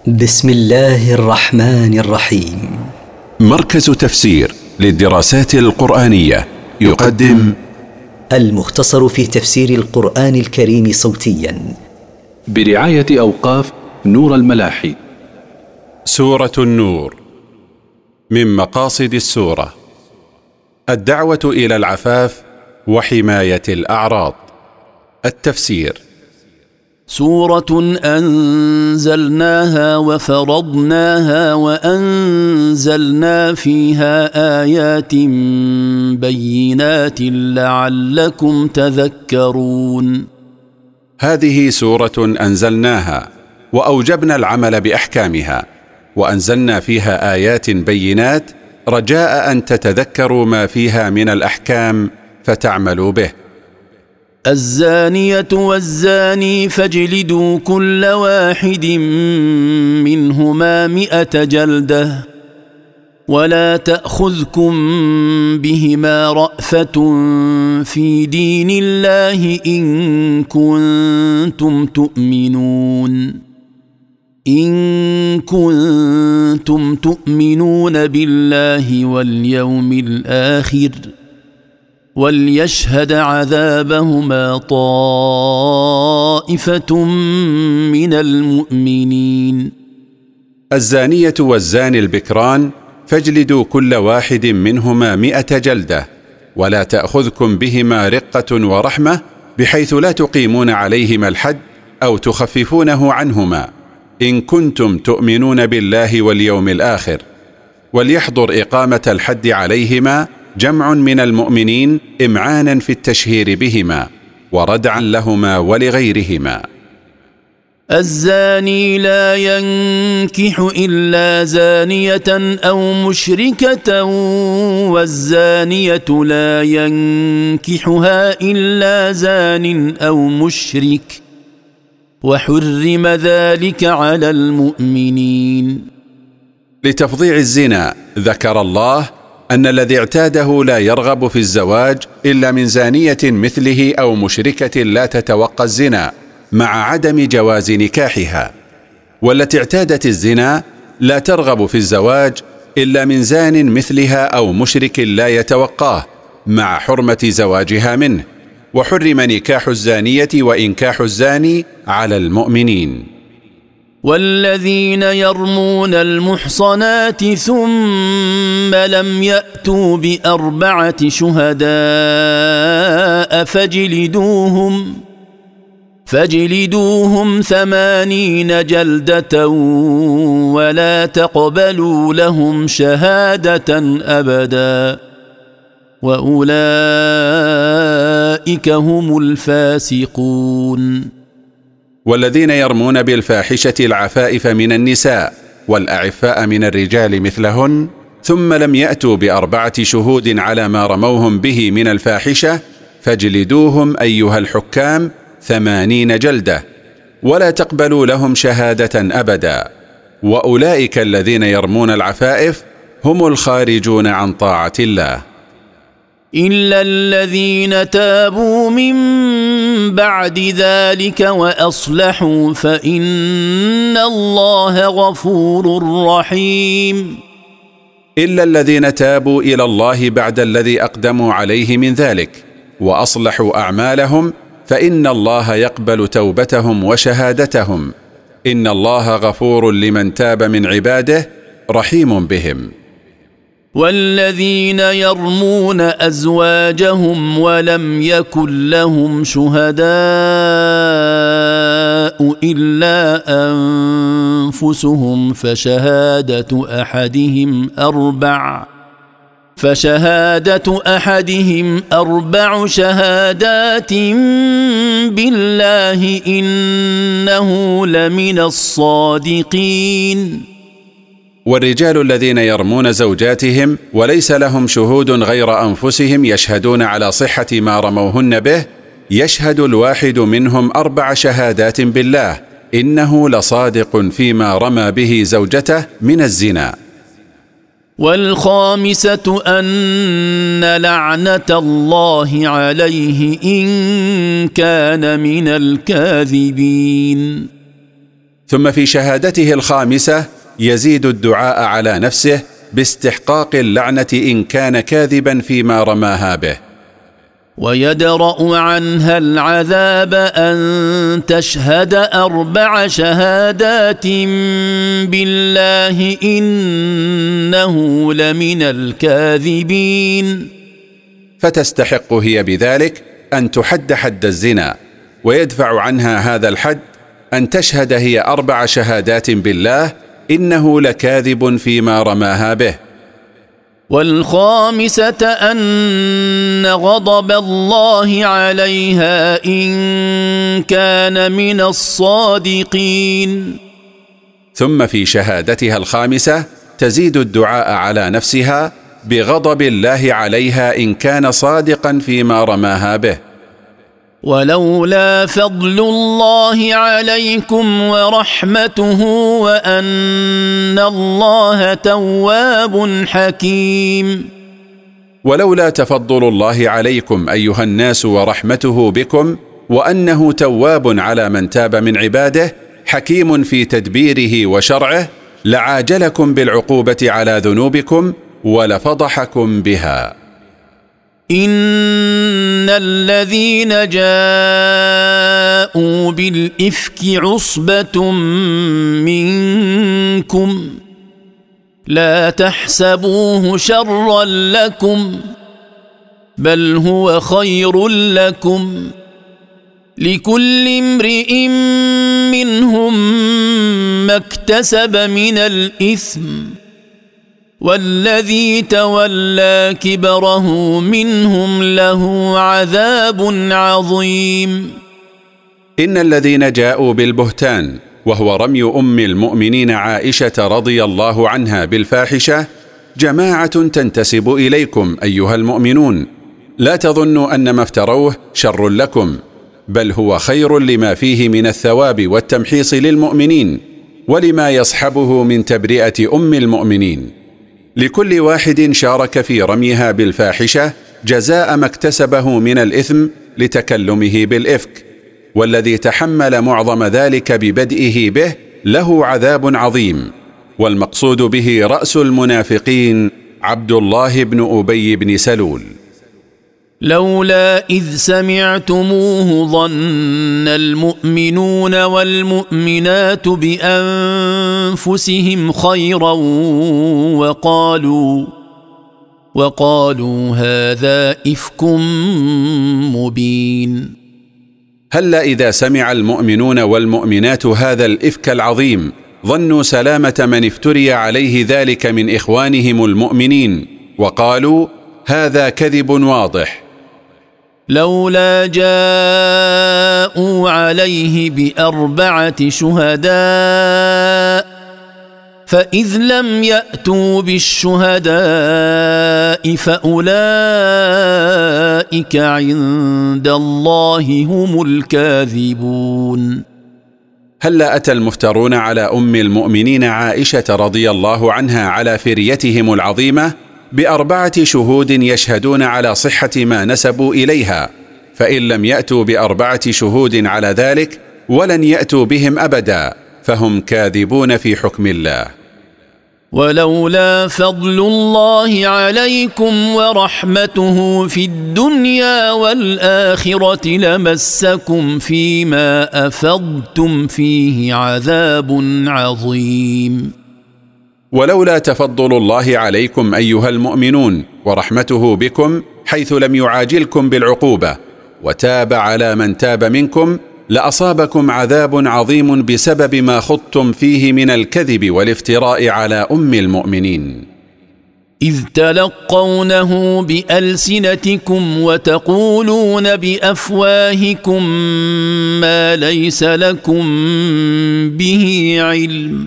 بسم الله الرحمن الرحيم. مركز تفسير للدراسات القرآنية يقدم المختصر في تفسير القرآن الكريم صوتيا برعاية أوقاف نور الملاحي. سورة النور. من مقاصد السورة الدعوة إلى العفاف وحماية الأعراض. التفسير: سورة أنزلناها وفرضناها وأنزلنا فيها آيات بينات لعلكم تذكرون. هذه سورة أنزلناها وأوجبنا العمل بأحكامها، وأنزلنا فيها آيات بينات رجاء أن تتذكروا ما فيها من الأحكام فتعملوا به. الزانية والزاني فاجلدوا كل واحد منهما 100 جلدة، ولا تأخذكم بهما رأفة في دين الله إن كنتم تؤمنون بالله واليوم الآخر، وليشهد عذابهما طائفة من المؤمنين. الزانية والزاني البكران فاجلدوا كل واحد منهما 100 جلدة، ولا تأخذكم بهما رقة ورحمة، بحيث لا تقيمون عليهما الحد أو تخففونه عنهما، إن كنتم تؤمنون بالله واليوم الآخر. وليحضر إقامة الحد عليهما جمع من المؤمنين إمعانا في التشهير بهما وردعا لهما ولغيرهما. الزاني لا ينكح إلا زانية أو مشركة، والزانية لا ينكحها إلا زان أو مشرك، وحرم ذلك على المؤمنين. لتفضيع الزنا ذكر الله أن الذي اعتاده لا يرغب في الزواج إلا من زانية مثله أو مشركة لا تتوقى الزنا، مع عدم جواز نكاحها. والتي اعتادت الزنا لا ترغب في الزواج إلا من زان مثلها أو مشرك لا يتوقاه، مع حرمة زواجها منه، وحرم نكاح الزانية وإنكاح الزاني على المؤمنين. والذين يرمون المحصنات ثم لم يأتوا ب4 شهداء فاجلدوهم 80 جلدة، ولا تقبلوا لهم شهادة أبدا، وأولئك هم الفاسقون. والذين يرمون بالفاحشة العفائف من النساء والأعفاء من الرجال مثلهن، ثم لم يأتوا ب4 شهود على ما رموهم به من الفاحشة، فاجلدوهم أيها الحكام 80 جلدة، ولا تقبلوا لهم شهادة أبدا، وأولئك الذين يرمون العفائف هم الخارجون عن طاعة الله. إلا الذين تابوا من بعد ذلك وأصلحوا فإن الله غفور رحيم. إلا الذين تابوا إلى الله بعد الذي أقدموا عليه من ذلك وأصلحوا أعمالهم، فإن الله يقبل توبتهم وشهادتهم. إن الله غفور لمن تاب من عباده رحيم بهم. والذين يرمون أزواجهم ولم يكن لهم شهداء إلا أنفسهم فشهادة أحدهم 4 شهادات بالله إنه لمن الصادقين. والرجال الذين يرمون زوجاتهم وليس لهم شهود غير أنفسهم يشهدون على صحة ما رموهن به، يشهد الواحد منهم 4 شهادات بالله إنه لصادق فيما رمى به زوجته من الزنا. والخامسة أن لعنة الله عليه إن كان من الكاذبين. ثم في شهادته الخامسة يزيد الدعاء على نفسه باستحقاق اللعنة إن كان كاذبا فيما رماها به، ويدرأ عنها العذاب أن تشهد 4 شهادات بالله إنه لمن الكاذبين، فتستحق هي بذلك أن تحد حد الزنا، ويدفع عنها هذا الحد أن تشهد هي 4 شهادات بالله إنه لكاذب فيما رماها به. والخامسة أن غضب الله عليها إن كان من الصادقين. ثم في شهادتها الخامسة تزيد الدعاء على نفسها بغضب الله عليها إن كان صادقا فيما رماها به. ولولا فضل الله عليكم ورحمته وأن الله تواب حكيم. ولولا تفضل الله عليكم أيها الناس ورحمته بكم وأنه تواب على من تاب من عباده حكيم في تدبيره وشرعه لعاجلكم بالعقوبة على ذنوبكم ولفضحكم بها. إن الذين جاءوا بالإفك عصبة منكم لا تحسبوه شرا لكم بل هو خير لكم لكل امرئ منهم ما اكتسب من الإثم والذي تولى كبره منهم له عذاب عظيم. إن الذين جاءوا بالبهتان وهو رمي أم المؤمنين عائشة رضي الله عنها بالفاحشة جماعة تنتسب إليكم أيها المؤمنون، لا تظنوا أن ما افتروه شر لكم بل هو خير لما فيه من الثواب والتمحيص للمؤمنين ولما يصحبه من تبرئة أم المؤمنين. لكل واحد شارك في رميها بالفاحشة جزاء ما اكتسبه من الإثم لتكلمه بالإفك، والذي تحمل معظم ذلك ببدئه به له عذاب عظيم. والمقصود به رأس المنافقين عبد الله بن أبي بن سلول. لولا إذ سمعتموه ظن المؤمنون والمؤمنات بأنفسهم خيرا وقالوا هذا إفك مبين. هلا إذا سمع المؤمنون والمؤمنات هذا الإفك العظيم ظنوا سلامة من افتري عليه ذلك من إخوانهم المؤمنين وقالوا هذا كذب واضح. لولا جاءوا عليه ب4 شهداء فإذ لم يأتوا بالشهداء فأولئك عند الله هم الكاذبون. هلا أتى المفترون على أم المؤمنين عائشة رضي الله عنها على فريتهم العظيمة ب4 شهود يشهدون على صحة ما نسبوا إليها، فإن لم يأتوا ب4 شهود على ذلك ولن يأتوا بهم أبدا فهم كاذبون في حكم الله. ولولا فضل الله عليكم ورحمته في الدنيا والآخرة لمسكم فيما أفضتم فيه عذاب عظيم. ولولا تفضل الله عليكم أيها المؤمنون ورحمته بكم حيث لم يعاجلكم بالعقوبة وتاب على من تاب منكم لأصابكم عذاب عظيم بسبب ما خضتم فيه من الكذب والافتراء على أم المؤمنين. إذ تلقونه بألسنتكم وتقولون بأفواهكم ما ليس لكم به علم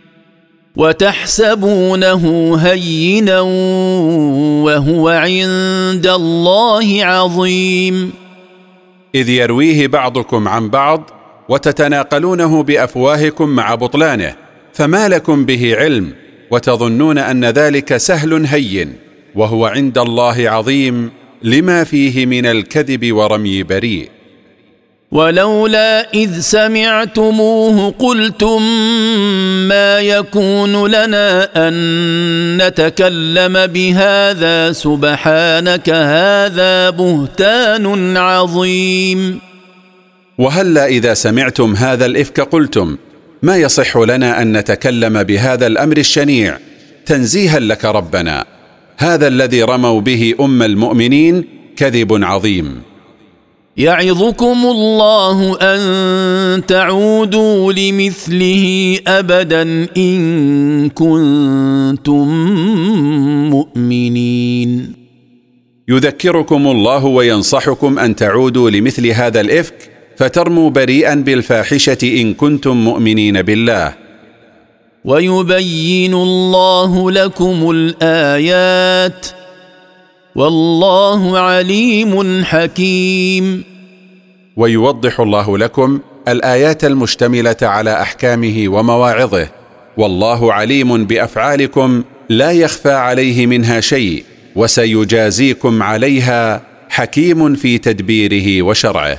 وتحسبونه هينا وهو عند الله عظيم. إذ يرويه بعضكم عن بعض وتتناقلونه بأفواهكم مع بطلانه فما لكم به علم وتظنون أن ذلك سهل هين وهو عند الله عظيم لما فيه من الكذب ورمي بريء. ولولا إذ سمعتموه قلتم ما يكون لنا أن نتكلم بهذا سبحانك هذا بهتان عظيم. وهلا إذا سمعتم هذا الإفك قلتم ما يصح لنا أن نتكلم بهذا الأمر الشنيع تنزيها لك ربنا، هذا الذي رموا به المؤمنين كذب عظيم. يعظكم الله أن تعودوا لمثله أبدا إن كنتم مؤمنين. يذكركم الله وينصحكم أن تعودوا لمثل هذا الإفك فترموا بريئا بالفاحشة إن كنتم مؤمنين بالله. ويبين الله لكم الآيات والله عليم حكيم. ويوضح الله لكم الآيات المشتملة على أحكامه ومواعظه، والله عليم بأفعالكم لا يخفى عليه منها شيء، وسيجازيكم عليها، حكيم في تدبيره وشرعه.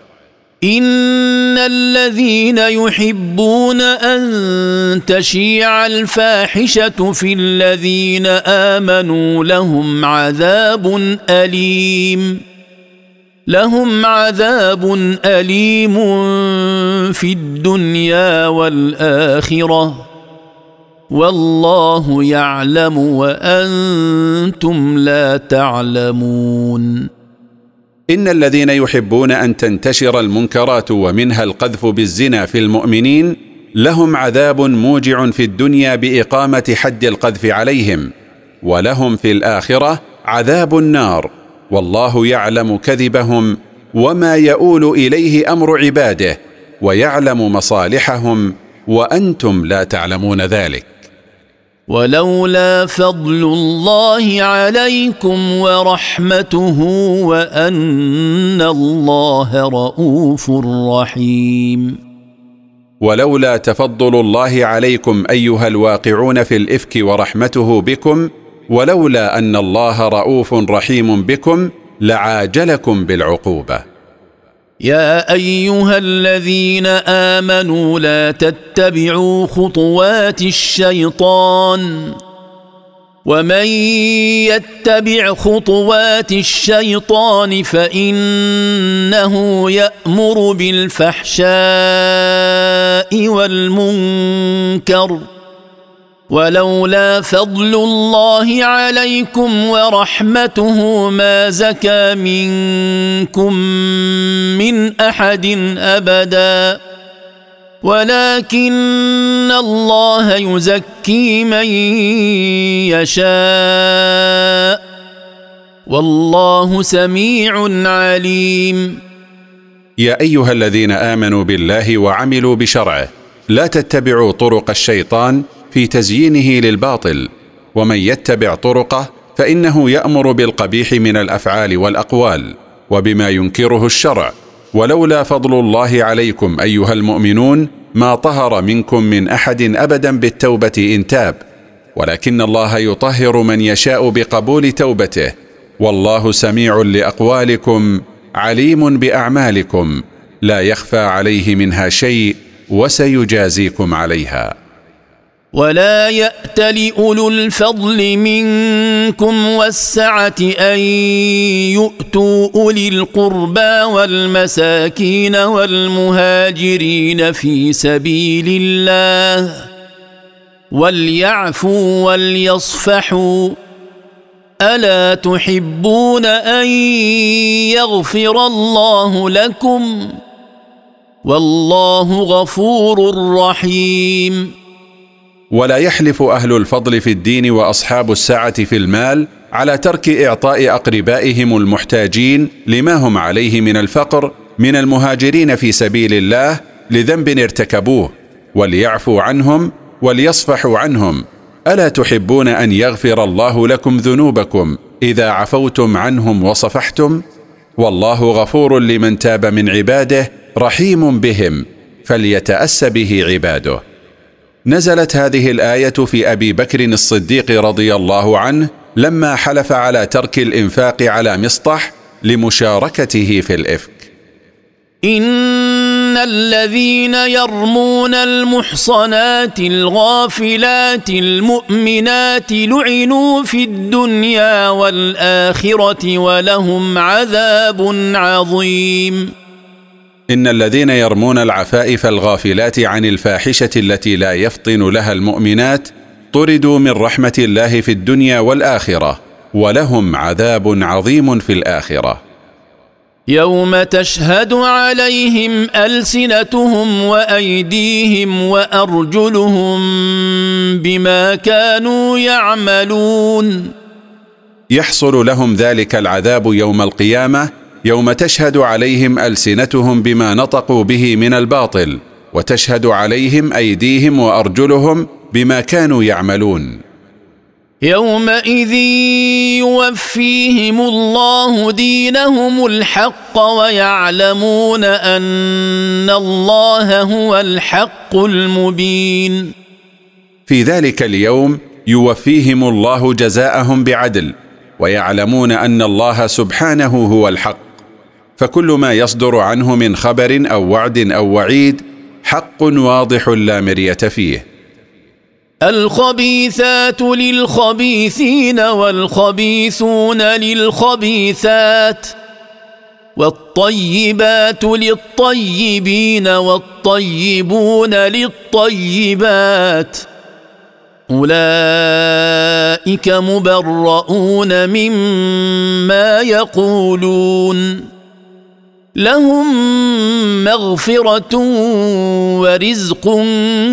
إن الذين يحبون أن تشيع الفاحشة في الذين آمنوا لهم عذاب أليم في الدنيا والآخرة والله يعلم وأنتم لا تعلمون. إن الذين يحبون أن تنتشر المنكرات ومنها القذف بالزنا في المؤمنين لهم عذاب موجع في الدنيا بإقامة حد القذف عليهم، ولهم في الآخرة عذاب النار، والله يعلم كذبهم وما يؤول إليه أمر عباده، ويعلم مصالحهم وأنتم لا تعلمون ذلك. ولولا فضل الله عليكم ورحمته وأن الله رؤوف رحيم. ولولا تفضل الله عليكم أيها الواقعون في الإفك ورحمته بكم، ولولا أن الله رؤوف رحيم بكم لعاجلكم بالعقوبة. يا أيها الذين آمنوا لا تتبعوا خطوات الشيطان ومن يتبع خطوات الشيطان فإنه يأمر بالفحشاء والمنكر ولولا فضل الله عليكم ورحمته ما زكى منكم من أحد أبدا ولكن الله يزكي من يشاء والله سميع عليم. يا أيها الذين آمنوا بالله وعملوا بشرعه لا تتبعوا طرق الشيطان في تزيينه للباطل، ومن يتبع طرقه فإنه يأمر بالقبيح من الأفعال والأقوال وبما ينكره الشرع. ولولا فضل الله عليكم أيها المؤمنون ما طهر منكم من أحد أبدا بالتوبة إن تاب، ولكن الله يطهر من يشاء بقبول توبته، والله سميع لأقوالكم عليم بأعمالكم لا يخفى عليه منها شيء وسيجازيكم عليها. ولا يأت لأولو الفضل منكم والسعة أن يؤتوا أولي القربى والمساكين والمهاجرين في سبيل الله وليعفوا وليصفحوا ألا تحبون أن يغفر الله لكم والله غفور رحيم. ولا يحلف أهل الفضل في الدين وأصحاب السعة في المال على ترك إعطاء أقربائهم المحتاجين لما هم عليه من الفقر من المهاجرين في سبيل الله لذنب ارتكبوه، وليعفوا عنهم وليصفحوا عنهم. ألا تحبون أن يغفر الله لكم ذنوبكم إذا عفوتم عنهم وصفحتم؟ والله غفور لمن تاب من عباده رحيم بهم، فليتأس به عباده. نزلت هذه الآية في أبي بكر الصديق رضي الله عنه لما حلف على ترك الإنفاق على مصطح لمشاركته في الإفك. إن الذين يرمون المحصنات الغافلات المؤمنات لعنوا في الدنيا والآخرة ولهم عذاب عظيم. إن الذين يرمون العفائف الغافلات عن الفاحشة التي لا يفطن لها المؤمنات طردوا من رحمة الله في الدنيا والآخرة ولهم عذاب عظيم في الآخرة. يوم تشهد عليهم ألسنتهم وأيديهم وأرجلهم بما كانوا يعملون. يحصل لهم ذلك العذاب يوم القيامة يوم تشهد عليهم ألسنتهم بما نطقوا به من الباطل، وتشهد عليهم أيديهم وأرجلهم بما كانوا يعملون. يومئذ يوفيهم الله دينهم الحق ويعلمون أن الله هو الحق المبين. في ذلك اليوم يوفيهم الله جزاءهم بعدل، ويعلمون أن الله سبحانه هو الحق، فكل ما يصدر عنه من خبر أو وعد أو وعيد حق واضح لا مرية فيه. الخبيثات للخبيثين والخبيثون للخبيثات والطيبات للطيبين والطيبون للطيبات أولئك مبرؤون مما يقولون لهم مغفرة ورزق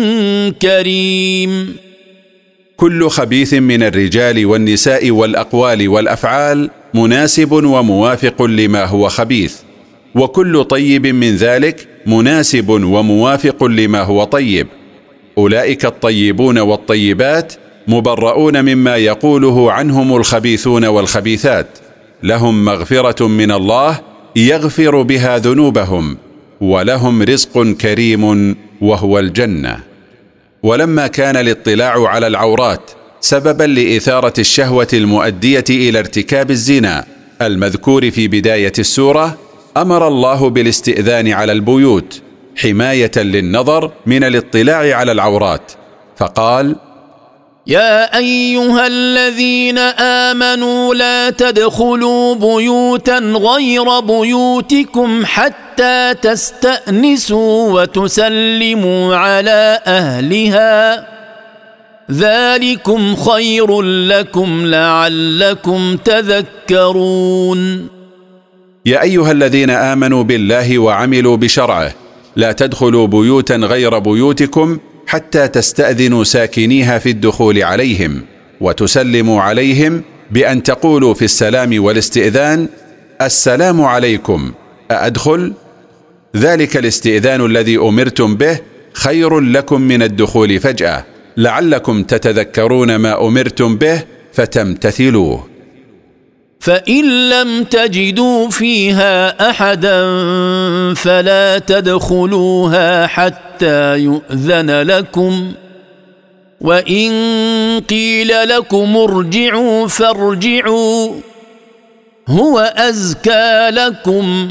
كريم. كل خبيث من الرجال والنساء والأقوال والأفعال مناسب وموافق لما هو خبيث، وكل طيب من ذلك مناسب وموافق لما هو طيب. أولئك الطيبون والطيبات مبرؤون مما يقوله عنهم الخبيثون والخبيثات، لهم مغفرة من الله يغفر بها ذنوبهم، ولهم رزق كريم وهو الجنة. ولما كان الاطلاع على العورات سببا لإثارة الشهوة المؤدية إلى ارتكاب الزنا المذكور في بداية السورة، أمر الله بالاستئذان على البيوت حماية للنظر من الاطلاع على العورات، فقال: يا أيها الذين آمنوا لا تدخلوا بيوتا غير بيوتكم حتى تستأنسوا وتسلموا على أهلها ذلكم خير لكم لعلكم تذكرون. يا أيها الذين آمنوا بالله وعملوا بشرعه لا تدخلوا بيوتا غير بيوتكم حتى تستأذنوا ساكنيها في الدخول عليهم وتسلموا عليهم بأن تقولوا في السلام والاستئذان: السلام عليكم، أأدخل؟ ذلك الاستئذان الذي أمرتم به خير لكم من الدخول فجأة، لعلكم تتذكرون ما أمرتم به فتمتثلوه. فإن لم تجدوا فيها أحدا فلا تدخلوها حتى يؤذن لكم، وإن قيل لكم ارجعوا فارجعوا هو أزكى لكم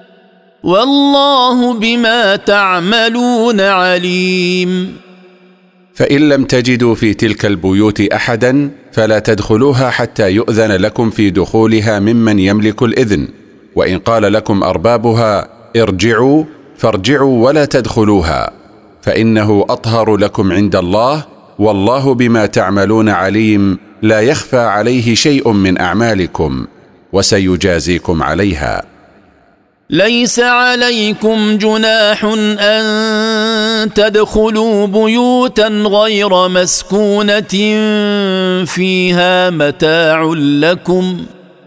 والله بما تعملون عليم. فإن لم تجدوا في تلك البيوت أحدا فلا تدخلوها حتى يؤذن لكم في دخولها ممن يملك الإذن، وإن قال لكم أربابها ارجعوا فارجعوا ولا تدخلوها، فإنه أطهر لكم عند الله، والله بما تعملون عليم، لا يخفى عليه شيء من أعمالكم وسيجازيكم عليها. ليس عليكم جناح أن تدخلوا بيوتا غير مسكونة فيها متاع لكم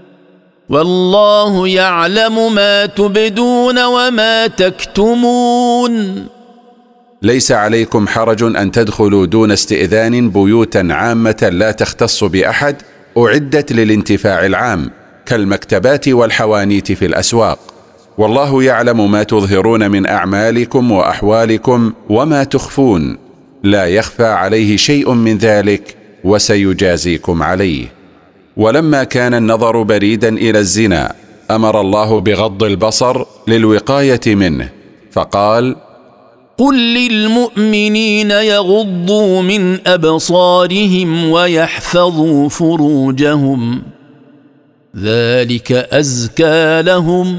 والله يعلم ما تبدون وما تكتمون. ليس عليكم حرج أن تدخلوا دون استئذان بيوتا عامة لا تختص بأحد أعدت للانتفاع العام كالمكتبات والحوانيت في الأسواق، والله يعلم ما تظهرون من أعمالكم وأحوالكم وما تخفون، لا يخفى عليه شيء من ذلك وسيجازيكم عليه. ولما كان النظر بريدا إلى الزنا أمر الله بغض البصر للوقاية منه، فقال: قل للمؤمنين يغضوا من أبصارهم ويحفظوا فروجهم ذلك أزكى لهم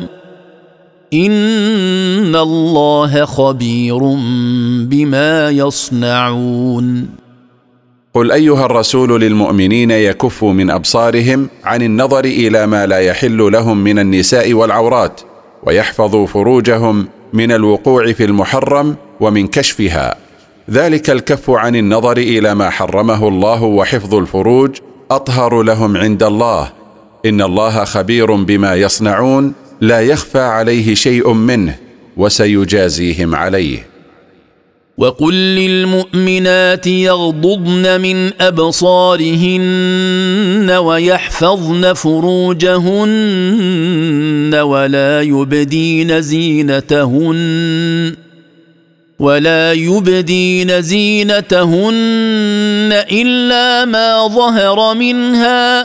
إن الله خبير بما يصنعون. قل أيها الرسول للمؤمنين يكفوا من أبصارهم عن النظر إلى ما لا يحل لهم من النساء والعورات، ويحفظوا فروجهم من الوقوع في المحرم ومن كشفها. ذلك الكف عن النظر إلى ما حرمه الله وحفظ الفروج أطهر لهم عند الله، إن الله خبير بما يصنعون لا يخفى عليه شيء منه، وسيجازيهم عليه. وقل للمؤمنات يغضضن من أبصارهن ويحفظن فروجهن ولا يبدين زينتهن إلا ما ظهر منها،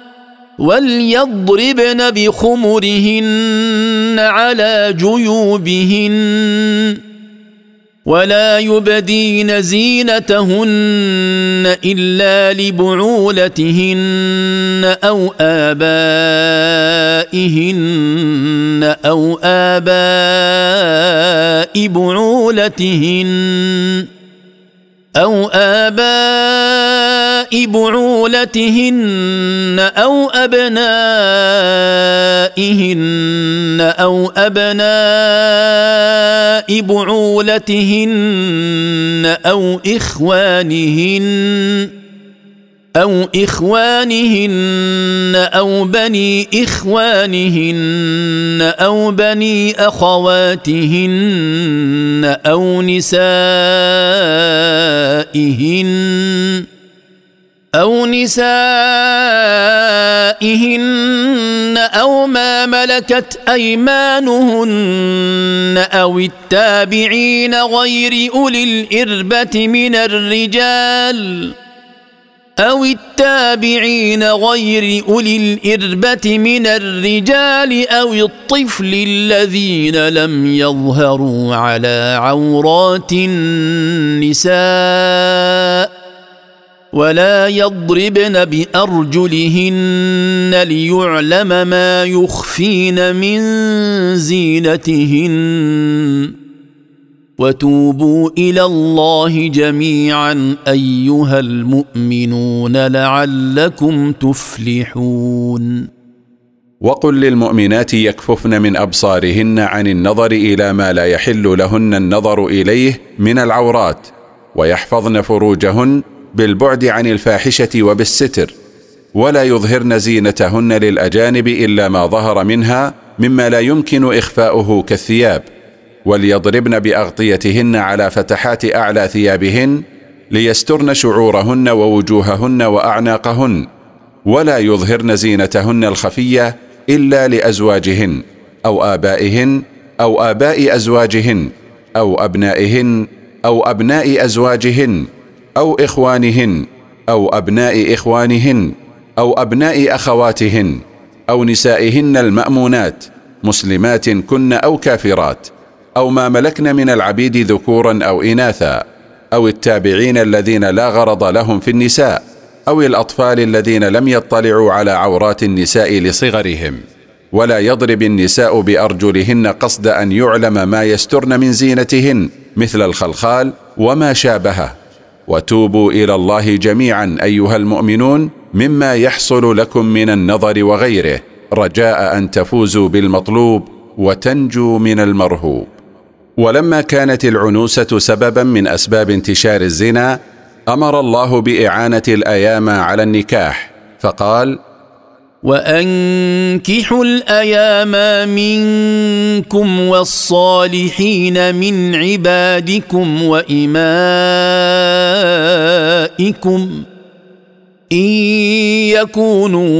وليضربن بخمرهن على جيوبهن، ولا يبدين زينتهن إلا لبعولتهن أو آبائهن أو آباء بعولتهن أو أبنائهن أو أبناء بعولتهن أو إخوانهن أو بني إخوانهن أو بني أخواتهن أو نسائهن أو ما ملكت أيمانهن أو التابعين غير أولي الإربة من الرجال أو الطفل الذين لم يظهروا على عورات النساء، ولا يضربن بأرجلهن ليعلم ما يخفين من زينتهن. وتوبوا إلى الله جميعا أيها المؤمنون لعلكم تفلحون. وقل للمؤمنات يكففن من أبصارهن عن النظر إلى ما لا يحل لهن النظر إليه من العورات، ويحفظن فروجهن بالبعد عن الفاحشة وبالستر، ولا يظهرن زينتهن للأجانب إلا ما ظهر منها مما لا يمكن إخفاؤه كالثياب، وليضربن بأغطيتهن على فتحات أعلى ثيابهن ليسترن شعورهن ووجوههن وأعناقهن، ولا يظهرن زينتهن الخفية إلا لأزواجهن أو آبائهن أو آباء أزواجهن أو أبنائهن أو أبناء أزواجهن أو إخوانهن أو أبناء إخوانهن أو أبناء أخواتهن أو نسائهن المأمونات مسلمات كن أو كافرات، أو ما ملكن من العبيد ذكورا أو إناثا، أو التابعين الذين لا غرض لهم في النساء، أو الأطفال الذين لم يطلعوا على عورات النساء لصغرهم. ولا يضرب النساء بأرجلهن قصد أن يعلم ما يسترن من زينتهن مثل الخلخال وما شابهه. وتوبوا إلى الله جميعا أيها المؤمنون مما يحصل لكم من النظر وغيره، رجاء أن تفوزوا بالمطلوب وتنجوا من المرهوب. ولما كانت العنوسة سببا من أسباب انتشار الزنا، أمر الله بإعانة الأيام على النكاح، فقال: وأنكحوا الأيام منكم والصالحين من عبادكم وإمائكم إن يكونوا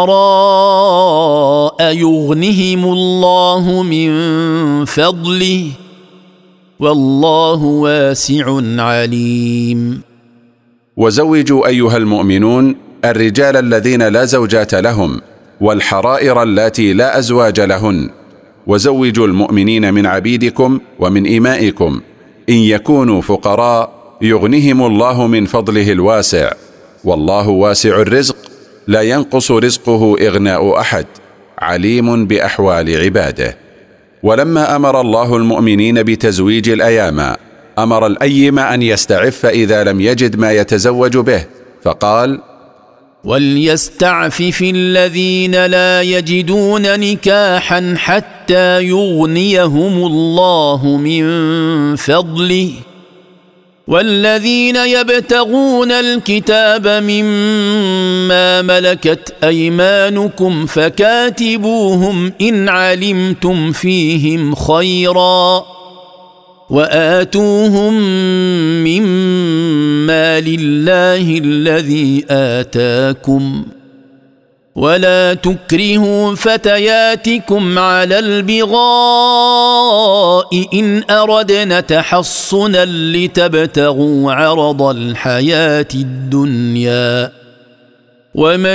فقراء يغنهم الله من فضله والله واسع عليم. وزوجوا أيها المؤمنون الرجال الذين لا زوجات لهم، والحرائر اللاتي لا أزواج لهن، وزوجوا المؤمنين من عبيدكم ومن إمائكم إن يكونوا فقراء يغنهم الله من فضله الواسع، والله واسع الرزق لا ينقص رزقه إغناء أحد، عليم بأحوال عباده. ولما أمر الله المؤمنين بتزويج الأيام أمر الأيم أن يستعف إذا لم يجد ما يتزوج به، فقال: وليستعفف الذين لا يجدون نكاحا حتى يغنيهم الله من فضله، والذين يبتغون الكتاب مما ملكت أيمانكم فكاتبوهم إن علمتم فيهم خيرا، وآتوهم مما لله الذي آتاكم، ولا تكرهوا فتياتكم على البغاء إن أردنا تحصنا لتبتغوا عرض الحياة الدنيا، ومن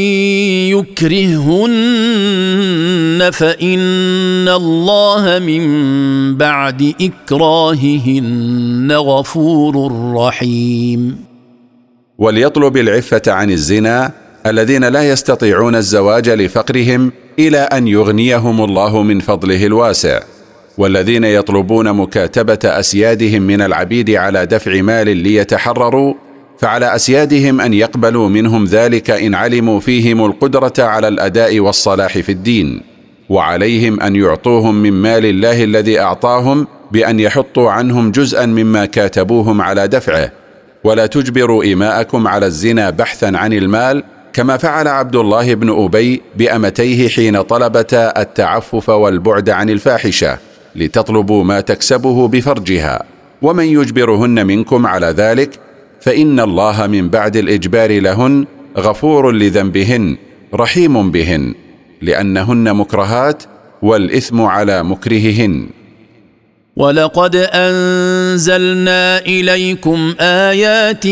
يكرههن فإن الله من بعد إكراههن غفور رحيم. وليطلب العفة عن الزنا الذين لا يستطيعون الزواج لفقرهم إلى أن يغنيهم الله من فضله الواسع، والذين يطلبون مكاتبة أسيادهم من العبيد على دفع مال ليتحرروا، فعلى أسيادهم أن يقبلوا منهم ذلك إن علموا فيهم القدرة على الأداء والصلاح في الدين، وعليهم أن يعطوهم من مال الله الذي أعطاهم بأن يحطوا عنهم جزءا مما كاتبوهم على دفعه، ولا تجبروا إماءكم على الزنا بحثا عن المال، كما فعل عبد الله بن أبي بأمتيه حين طلبتا التعفف والبعد عن الفاحشة لتطلبوا ما تكسبه بفرجها، ومن يجبرهن منكم على ذلك فإن الله من بعد الإجبار لهن غفور لذنبهن رحيم بهن، لأنهن مكرهات والإثم على مكرههن. ولقد أنزلنا إليكم آيات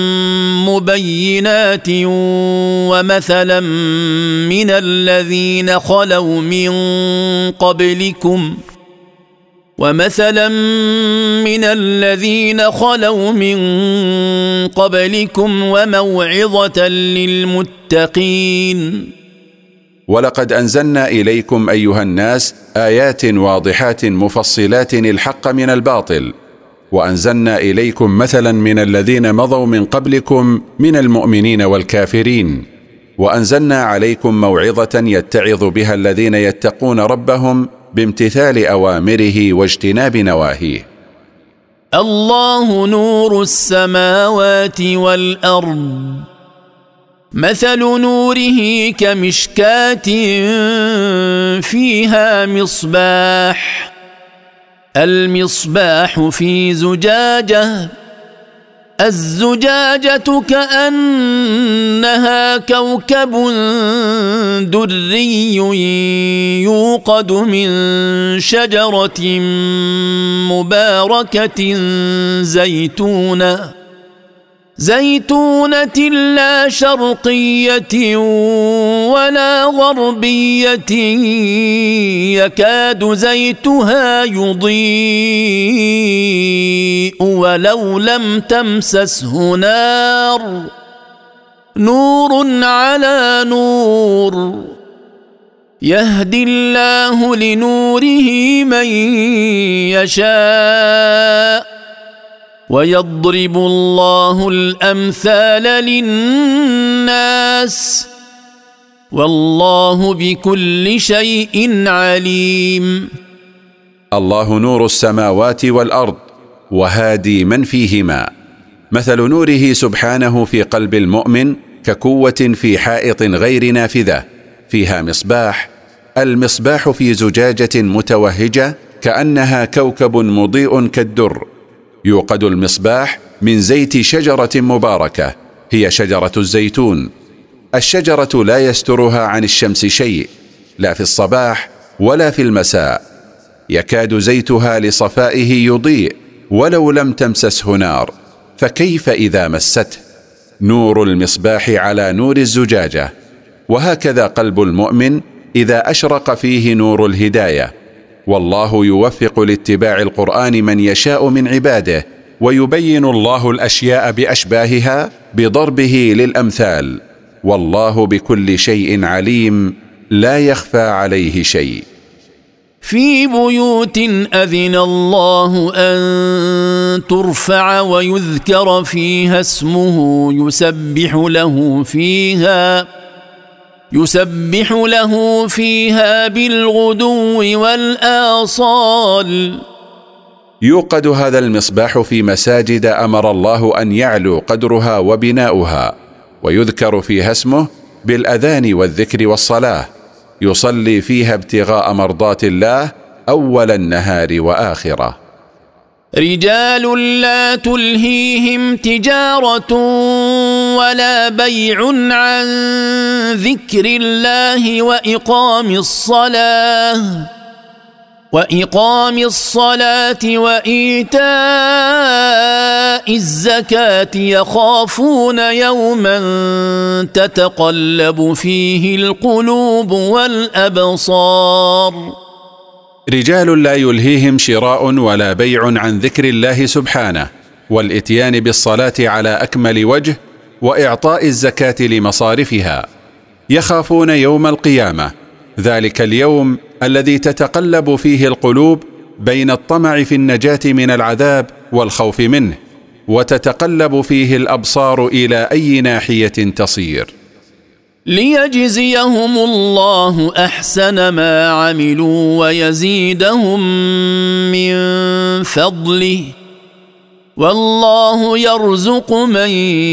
مبينات ومثلا من الذين خلوا من قبلكم وموعظة للمتقين. ولقد أنزلنا إليكم أيها الناس آيات واضحات مفصلات الحق من الباطل، وأنزلنا إليكم مثلا من الذين مضوا من قبلكم من المؤمنين والكافرين، وأنزلنا عليكم موعظة يتعظ بها الذين يتقون ربهم بامتثال أوامره واجتناب نواهيه. الله نور السماوات والأرض، مثل نوره كمشكاة فيها مصباح، المصباح في زجاجة، الزجاجة كأنها كوكب دري يوقد من شجرة مباركة زيتونة لا شرقية ولا غربية يكاد زيتها يضيء ولو لم تمسسه نار، نور على نور، يهدي الله لنوره من يشاء، ويضرب الله الأمثال للناس، والله بكل شيء عليم. الله نور السماوات والأرض وهادي من فيهما. مثل نوره سبحانه في قلب المؤمن كقوة في حائط غير نافذة فيها مصباح، المصباح في زجاجة متوهجة كأنها كوكب مضيء كالدر، يوقد المصباح من زيت شجرة مباركة هي شجرة الزيتون. الشجرة لا يسترها عن الشمس شيء، لا في الصباح ولا في المساء، يكاد زيتها لصفائه يضيء ولو لم تمسسه نار، فكيف إذا مسته؟ نور المصباح على نور الزجاجة، وهكذا قلب المؤمن إذا أشرق فيه نور الهداية. والله يوفق لاتباع القرآن من يشاء من عباده، ويبين الله الأشياء بأشباهها بضربه للأمثال. والله بكل شيء عليم، لا يخفى عليه شيء. في بيوت أذن الله أن ترفع ويذكر فيها اسمه يسبح له فيها بالغدو والآصال. يوقد هذا المصباح في مساجد أمر الله أن يعلو قدرها وبناؤها، ويذكر فيها اسمه بالأذان والذكر والصلاة، يصلي فيها ابتغاء مرضات الله أول النهار وآخره. رجال لا تلهيهم تجارة ولا بيع عن ذكر الله وإقام الصلاة وإيتاء الزكاة يخافون يوما تتقلب فيه القلوب والأبصار. رجال لا يلهيهم شراء ولا بيع عن ذكر الله سبحانه، والإتيان بالصلاة على أكمل وجه، وإعطاء الزكاة لمصارفها، يخافون يوم القيامة، ذلك اليوم الذي تتقلب فيه القلوب بين الطمع في النجاة من العذاب والخوف منه، وتتقلب فيه الأبصار إلى أي ناحية تصير. ليجزيهم الله أحسن ما عملوا ويزيدهم من فضله، والله يرزق من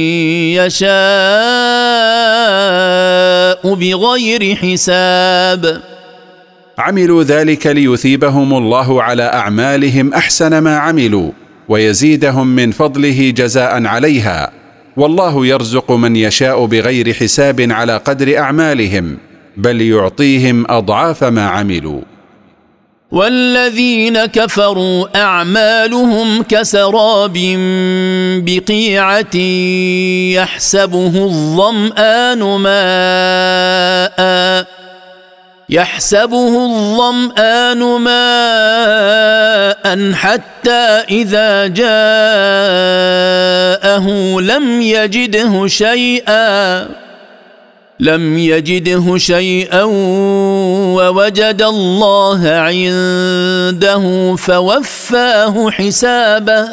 يشاء بغير حساب. عملوا ذلك ليثيبهم الله على أعمالهم أحسن ما عملوا، ويزيدهم من فضله جزاء عليها، والله يرزق من يشاء بغير حساب على قدر أعمالهم، بل يعطيهم أضعاف ما عملوا. والذين كفروا أعمالهم كسراب بقيعة يحسبه الظمآن ماء حتى إذا جاءه لم يجده شيئا ووجد الله عنده فوفاه حسابه،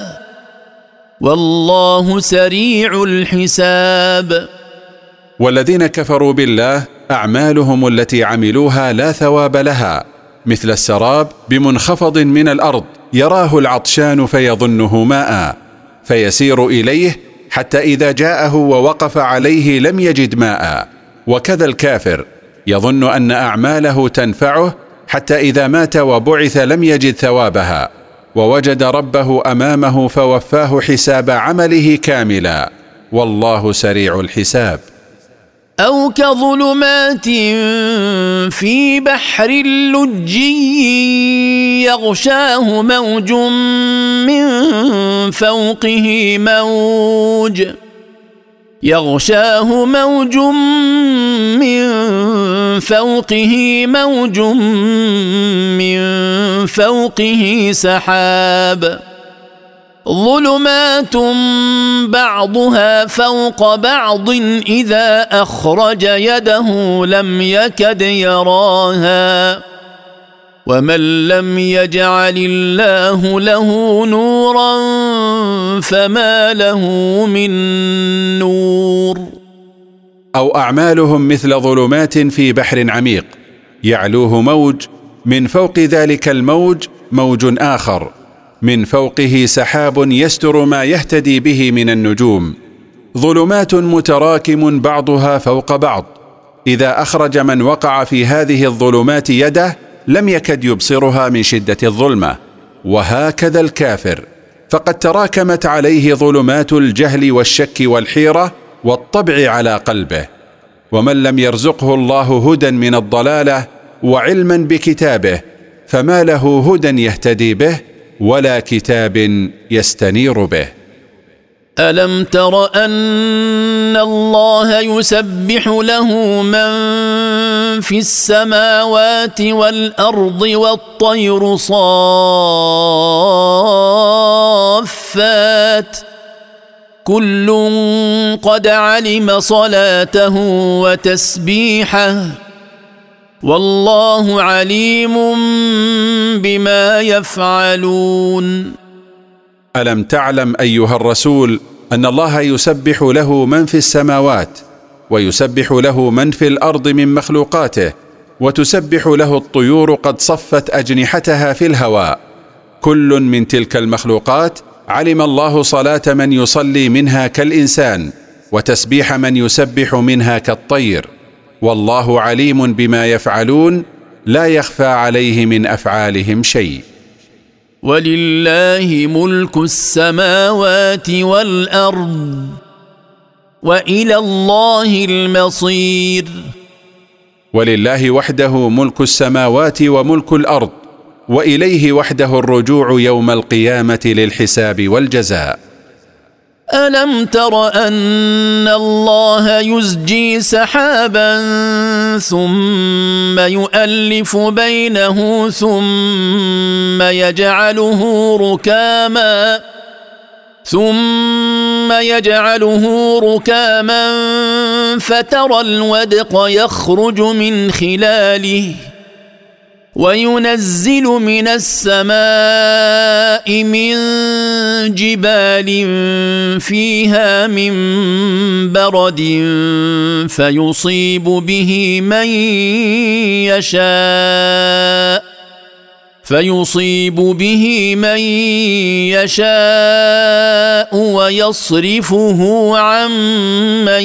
والله سريع الحساب. والذين كفروا بالله أعمالهم التي عملوها لا ثواب لها، مثل السراب بمنخفض من الأرض يراه العطشان فيظنه ماء، فيسير إليه حتى إذا جاءه ووقف عليه لم يجد ماء. وكذا الكافر يظن أن أعماله تنفعه حتى إذا مات وبعث لم يجد ثوابها، ووجد ربه أمامه فوفاه حساب عمله كاملا، والله سريع الحساب. أو كظلمات في بحر لجي يغشاه موج من فوقه سحاب، ظلمات بعضها فوق بعض إذا أخرج يده لم يكد يراها، ومن لم يجعل الله له نورا فما له من نور. أو أعمالهم مثل ظلمات في بحر عميق يعلوه موج، من فوق ذلك الموج موج آخر، من فوقه سحاب يستر ما يهتدي به من النجوم، ظلمات متراكم بعضها فوق بعض، إذا أخرج من وقع في هذه الظلمات يده لم يكد يبصرها من شدة الظلمة. وهكذا الكافر، فقد تراكمت عليه ظلمات الجهل والشك والحيرة والطبع على قلبه. ومن لم يرزقه الله هدى من الضلالة وعلما بكتابه فما له هدى يهتدي به ولا كتاب يستنير به. ألم تر أن الله يسبح له من في السماوات والأرض والطير صافات كل قد علم صلاته وتسبيحه والله عليم بما يفعلون. ألم تعلم أيها الرسول أن الله يسبح له من في السماوات ويسبح له من في الأرض من مخلوقاته، وتسبح له الطيور قد صفت أجنحتها في الهواء، كل من تلك المخلوقات علم الله صلاة من يصلي منها كالإنسان وتسبيح من يسبح منها كالطير، والله عليم بما يفعلون لا يخفى عليه من أفعالهم شيء. ولله ملك السماوات والأرض وإلى الله المصير. ولله وحده ملك السماوات وملك الأرض، وإليه وحده الرجوع يوم القيامة للحساب والجزاء. ألم تر أن الله يزجي سحابا ثم يؤلف بينه ثم يجعله ركاما فترى الودق يخرج من خلاله وينزل من السماء من جبال فيها من برد فيصيب به من يشاء ويصرفه عن من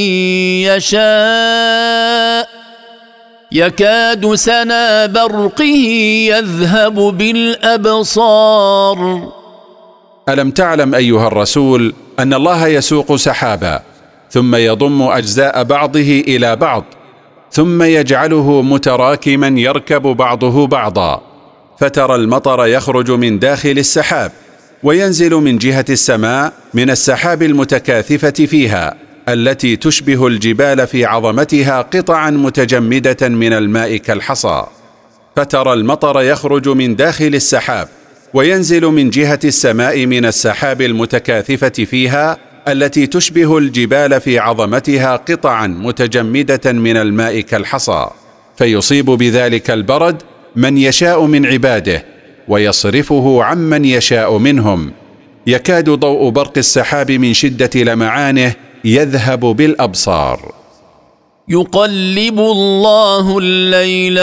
يشاء يكاد سنا برقه يذهب بالأبصار. ألم تعلم أيها الرسول أن الله يسوق سحابا ثم يضم أجزاء بعضه إلى بعض ثم يجعله متراكما يركب بعضه بعضا، فترى المطر يخرج من داخل السحاب وينزل من جهة السماء من السحاب المتكاثفة فيها التي تشبه الجبال في عظمتها قطعا متجمدة من الماء كالحصى، فترى المطر يخرج من داخل السحاب وينزل من جهة السماء من السحاب المتكاثفة فيها التي تشبه الجبال في عظمتها قطعا متجمدة من الماء كالحصى، فيصيب بذلك البرد من يشاء من عباده ويصرفه عمن يشاء منهم، يكاد ضوء برق السحاب من شدة لمعانه يذهب بالأبصار. يقلب الله الليل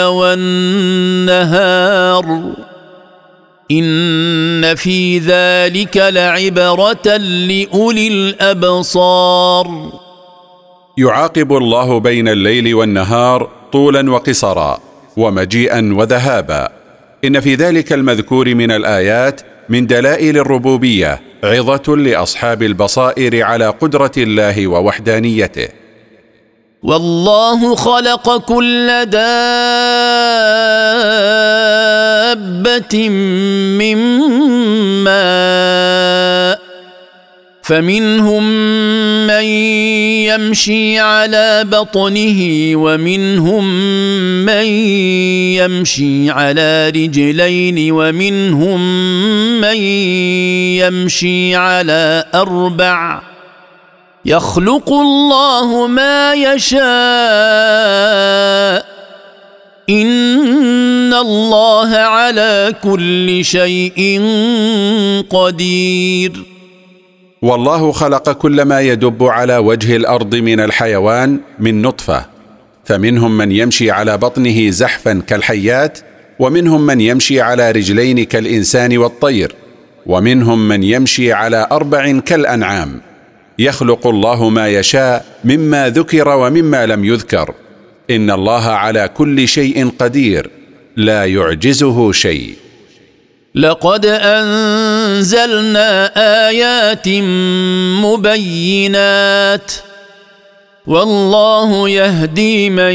والنهار إن في ذلك لعبرة لأولي الأبصار. يعاقب الله بين الليل والنهار طولا وقصرا ومجيئا وذهابا، إن في ذلك المذكور من الآيات من دلائل الربوبية عظة لأصحاب البصائر على قدرة الله ووحدانيته. والله خلق كل دابة من ماء فمنهم من يمشي على بطنه ومنهم من يمشي على رجلين ومنهم من يمشي على أربع يخلق الله ما يشاء إن الله على كل شيء قدير. والله خلق كل ما يدب على وجه الأرض من الحيوان من نطفة، فمنهم من يمشي على بطنه زحفا كالحيات، ومنهم من يمشي على رجلين كالإنسان والطير، ومنهم من يمشي على أربع كالأنعام. يخلق الله ما يشاء مما ذكر ومما لم يذكر، إن الله على كل شيء قدير لا يعجزه شيء. لقد أنزلنا آيات مبينات والله يهدي من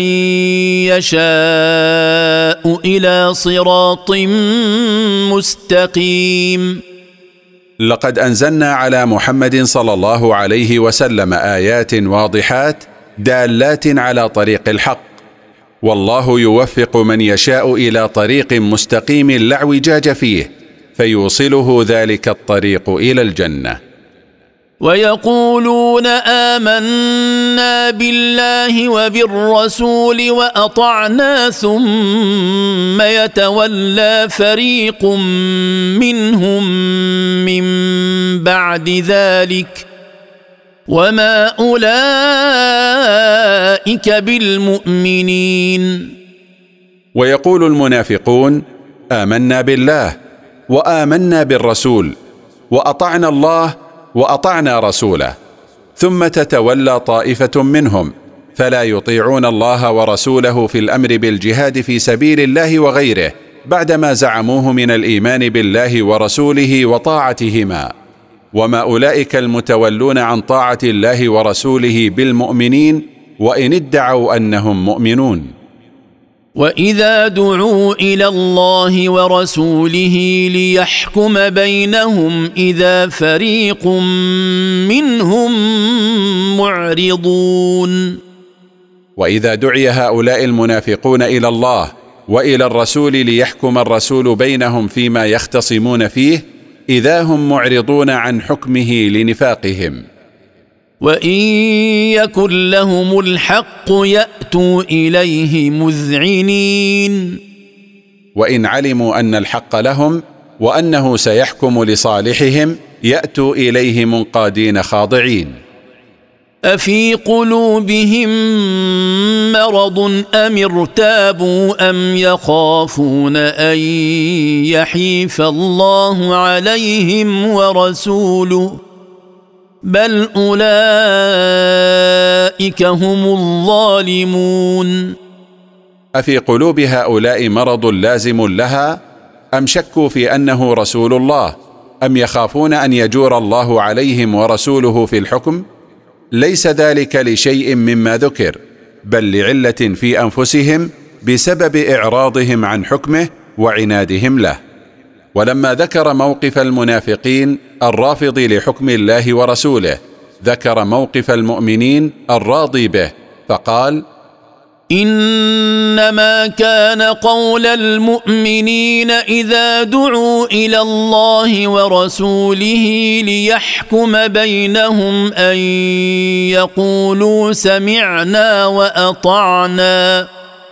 يشاء إلى صراط مستقيم. لقد أنزلنا على محمد صلى الله عليه وسلم آيات واضحات دالات على طريق الحق، والله يوفق من يشاء إلى طريق مستقيم لا اعوجاج فيه، فيوصله ذلك الطريق إلى الجنة. ويقولون آمنا بالله وبالرسول وأطعنا ثم يتولى فريق منهم من بعد ذلك وما أولئك بالمؤمنين. ويقول المنافقون آمنا بالله وآمنا بالرسول وأطعنا الله وأطعنا رسوله، ثم تتولى طائفة منهم فلا يطيعون الله ورسوله في الأمر بالجهاد في سبيل الله وغيره بعدما زعموه من الإيمان بالله ورسوله وطاعتهما، وما أولئك المتولون عن طاعة الله ورسوله بالمؤمنين وإن ادعوا أنهم مؤمنون. وإذا دعوا إلى الله ورسوله ليحكم بينهم إذا فريق منهم معرضون. وإذا دعي هؤلاء المنافقون إلى الله وإلى الرسول ليحكم الرسول بينهم فيما يختصمون فيه إذا هم معرضون عن حكمه لنفاقهم. وإن يكن لهم الحق يأتوا إليه مذعنين. وإن علموا أن الحق لهم وأنه سيحكم لصالحهم يأتوا إليه منقادين خاضعين. أفي قلوبهم مرض أم ارتابوا أم يخافون أن يحيف الله عليهم ورسوله بل أولئك هم الظالمون. أفي قلوب هؤلاء مرض لازم لها أم شكوا في أنه رسول الله أم يخافون أن يجور الله عليهم ورسوله في الحكم؟ ليس ذلك لشيء مما ذكر، بل لعلة في أنفسهم بسبب إعراضهم عن حكمه وعنادهم له. ولما ذكر موقف المنافقين الرافض لحكم الله ورسوله ذكر موقف المؤمنين الراضي به فقال: إنما كان قول المؤمنين إذا دعوا إلى الله ورسوله ليحكم بينهم أن يقولوا سمعنا وأطعنا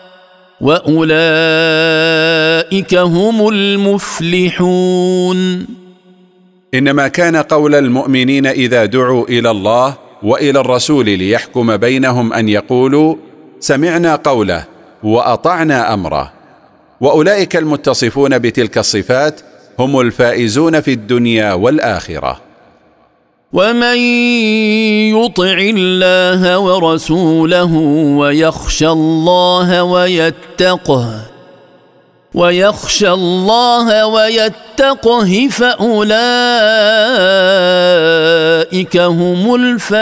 وأولئك هم المفلحون. إنما كان قول المؤمنين إذا دعوا إلى الله وإلى الرسول ليحكم بينهم أن يقولوا سمعنا قوله وأطعنا أمره، وأولئك المتصفون بتلك الصفات هم الفائزون في الدنيا والآخرة. ومن يطع الله ورسوله ويخشى الله ويتقه فأولئك هم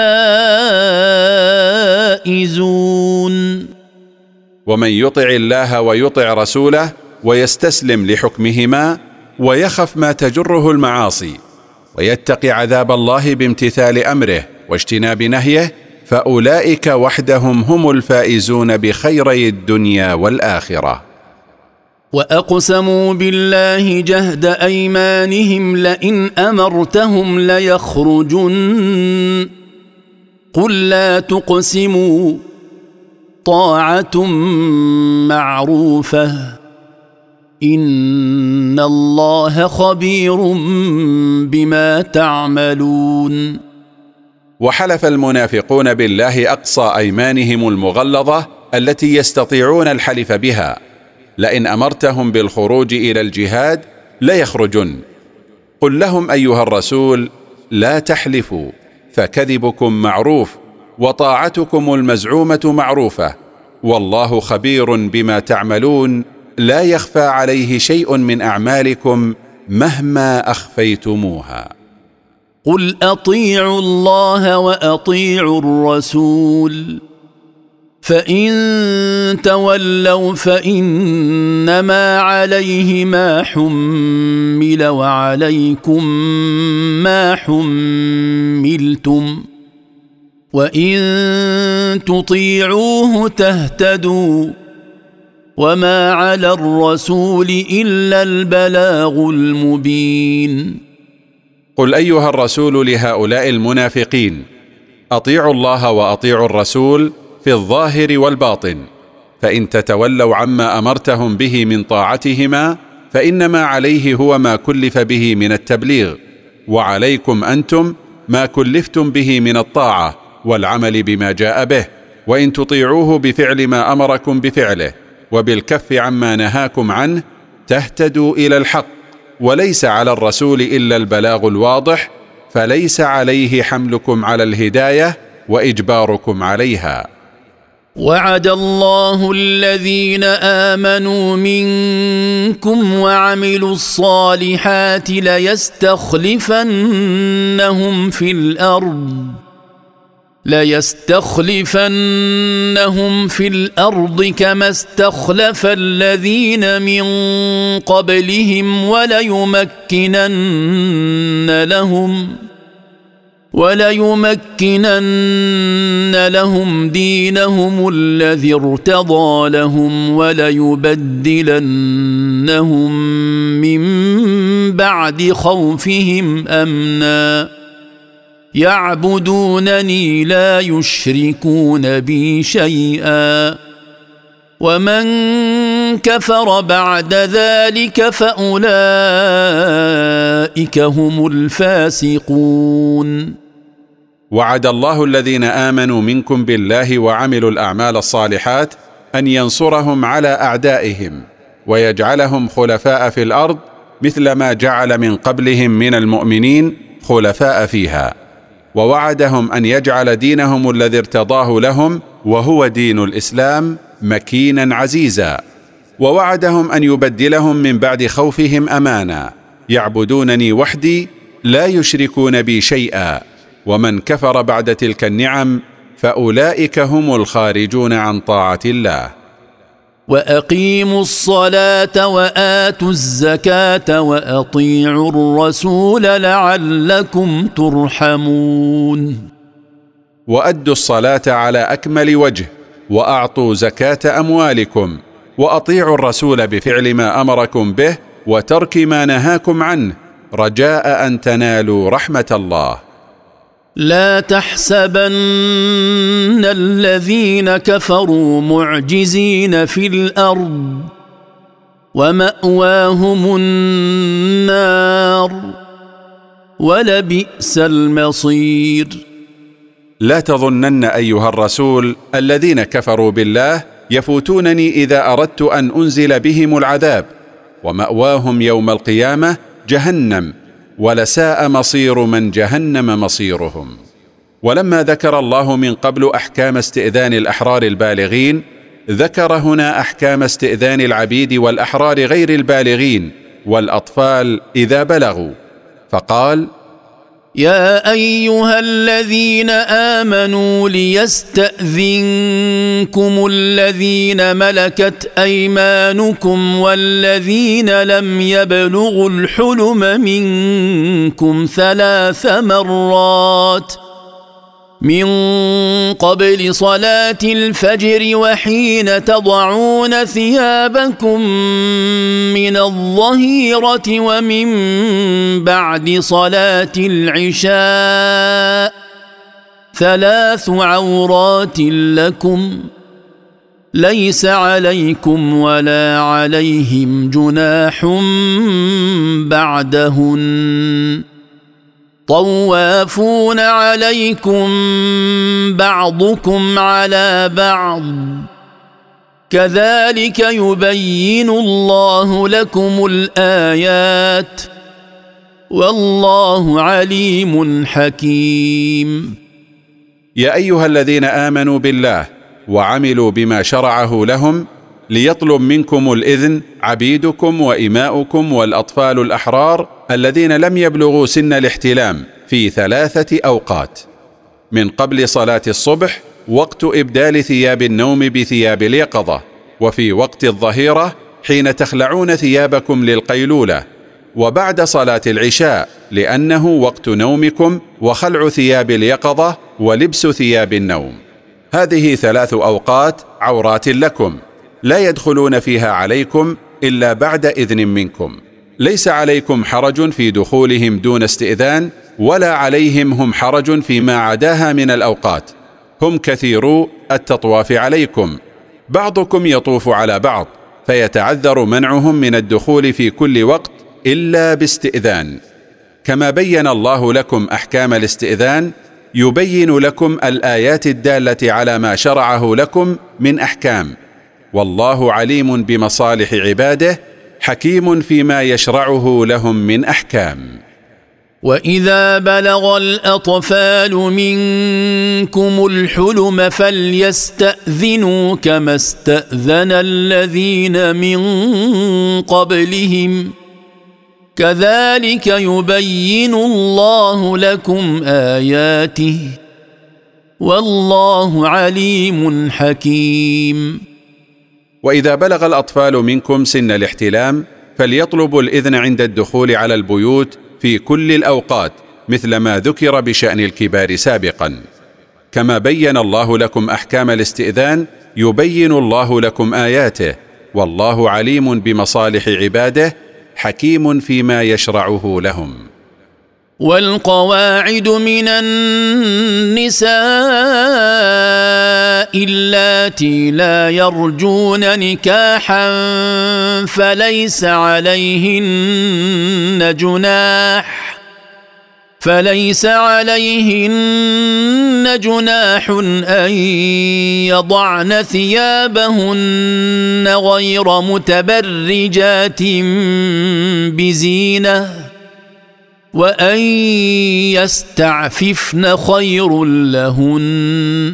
الفائزون. ومن يطع الله ويطع رسوله ويستسلم لحكمهما ويخف ما تجره المعاصي ويتقي عذاب الله بامتثال أمره واجتناب نهيه فأولئك وحدهم هم الفائزون بخيري الدنيا والآخرة. وأقسموا بالله جهد أيمانهم لئن أمرتهم ليخرجن قل لا تقسموا طاعة معروفة إن الله خبير بما تعملون. وحلف المنافقون بالله أقصى أيمانهم المغلظة التي يستطيعون الحلف بها لئن أمرتهم بالخروج إلى الجهاد ليخرجن. قل لهم أيها الرسول لا تحلفوا فكذبكم معروف وطاعتكم المزعومة معروفة والله خبير بما تعملون لا يخفى عليه شيء من أعمالكم مهما أخفيتموها. قل أطيعوا الله وأطيعوا الرسول فإن تولوا فإنما عليه ما حمل وعليكم ما حملتم وإن تطيعوه تهتدوا وما على الرسول إلا البلاغ المبين. قل أيها الرسول لهؤلاء المنافقين: أطيعوا الله وأطيعوا الرسول في الظاهر والباطن، فإن تتولوا عما أمرتهم به من طاعتهما فإنما عليه هو ما كلف به من التبليغ، وعليكم أنتم ما كلفتم به من الطاعة والعمل بما جاء به، وإن تطيعوه بفعل ما أمركم بفعله وبالكف عما نهاكم عنه تهتدوا إلى الحق، وليس على الرسول إلا البلاغ الواضح، فليس عليه حملكم على الهداية وإجباركم عليها. وعد الله الذين آمنوا منكم وعملوا الصالحات ليستخلفنهم في الأرض كما استخلف الذين من قبلهم وليمكنن لهم دينهم الذي ارتضى لهم وليبدلنهم من بعد خوفهم أمنا يعبدونني لا يشركون بي شيئا ومن كفر بعد ذلك فأولئك هم الفاسقون. وعد الله الذين آمنوا منكم بالله وعملوا الأعمال الصالحات أن ينصرهم على أعدائهم ويجعلهم خلفاء في الأرض مثل ما جعل من قبلهم من المؤمنين خلفاء فيها، ووعدهم أن يجعل دينهم الذي ارتضاه لهم وهو دين الإسلام مكينا عزيزا، ووعدهم أن يبدلهم من بعد خوفهم أمانا يعبدونني وحدي لا يشركون بي شيئا، ومن كفر بعد تلك النعم فأولئك هم الخارجون عن طاعة الله. وأقيموا الصلاة وآتوا الزكاة وأطيعوا الرسول لعلكم ترحمون. وأدوا الصلاة على أكمل وجه، وأعطوا زكاة أموالكم، وأطيعوا الرسول بفعل ما أمركم به وترك ما نهاكم عنه رجاء أن تنالوا رحمة الله. لا تحسبن الذين كفروا معجزين في الأرض ومأواهم النار ولبئس المصير. لا تظنن أيها الرسول الذين كفروا بالله يفوتونني إذا أردت أن أنزل بهم العذاب، ومأواهم يوم القيامة جهنم، ولساء مصير من جهنم مصيرهم. ولما ذكر الله من قبل أحكام استئذان الأحرار البالغين، ذكر هنا أحكام استئذان العبيد والأحرار غير البالغين والأطفال إذا بلغوا، فقال: يا أيها الذين آمنوا ليستأذنكم الذين ملكت أيمانكم والذين لم يبلغوا الحلم منكم 3 مرات من قبل صلاة الفجر وحين تضعون ثيابكم من الظهيرة ومن بعد صلاة العشاء 3 عورات لكم ليس عليكم ولا عليهم جناح بعدهن طوافون عليكم بعضكم على بعض كذلك يبين الله لكم الآيات والله عليم حكيم. يا أيها الذين آمنوا بالله وعملوا بما شرعه لهم ليطلب منكم الإذن عبيدكم وإماؤكم والأطفال الأحرار الذين لم يبلغوا سن الاحتلام في 3 أوقات: من قبل صلاة الصبح، وقت إبدال ثياب النوم بثياب اليقظة، وفي وقت الظهيرة حين تخلعون ثيابكم للقيلولة، وبعد صلاة العشاء لأنه وقت نومكم وخلع ثياب اليقظة ولبس ثياب النوم. هذه 3 أوقات عورات لكم لا يدخلون فيها عليكم إلا بعد إذن منكم. ليس عليكم حرج في دخولهم دون استئذان، ولا عليهم هم حرج فيما عداها من الأوقات. هم كثيرو التطواف عليكم، بعضكم يطوف على بعض، فيتعذر منعهم من الدخول في كل وقت إلا باستئذان. كما بين الله لكم أحكام الاستئذان، يبين لكم الآيات الدالة على ما شرعه لكم من أحكام، والله عليم بمصالح عباده حكيم فيما يشرعه لهم من أحكام. وإذا بلغ الأطفال منكم الحلم فليستأذنوا كما استأذن الذين من قبلهم كذلك يبين الله لكم آياته والله عليم حكيم. وإذا بلغ الأطفال منكم سن الاحتلام فليطلبوا الإذن عند الدخول على البيوت في كل الأوقات، مثل ما ذكر بشأن الكبار سابقا. كما بين الله لكم أحكام الاستئذان يبين الله لكم آياته، والله عليم بمصالح عباده حكيم فيما يشرعه لهم. والقواعد من النساء اللاتي لا يرجون نكاحا فليس عليهن جناح أن يضعن ثيابهن غير متبرجات بزينة وأن يستعففن خير لهن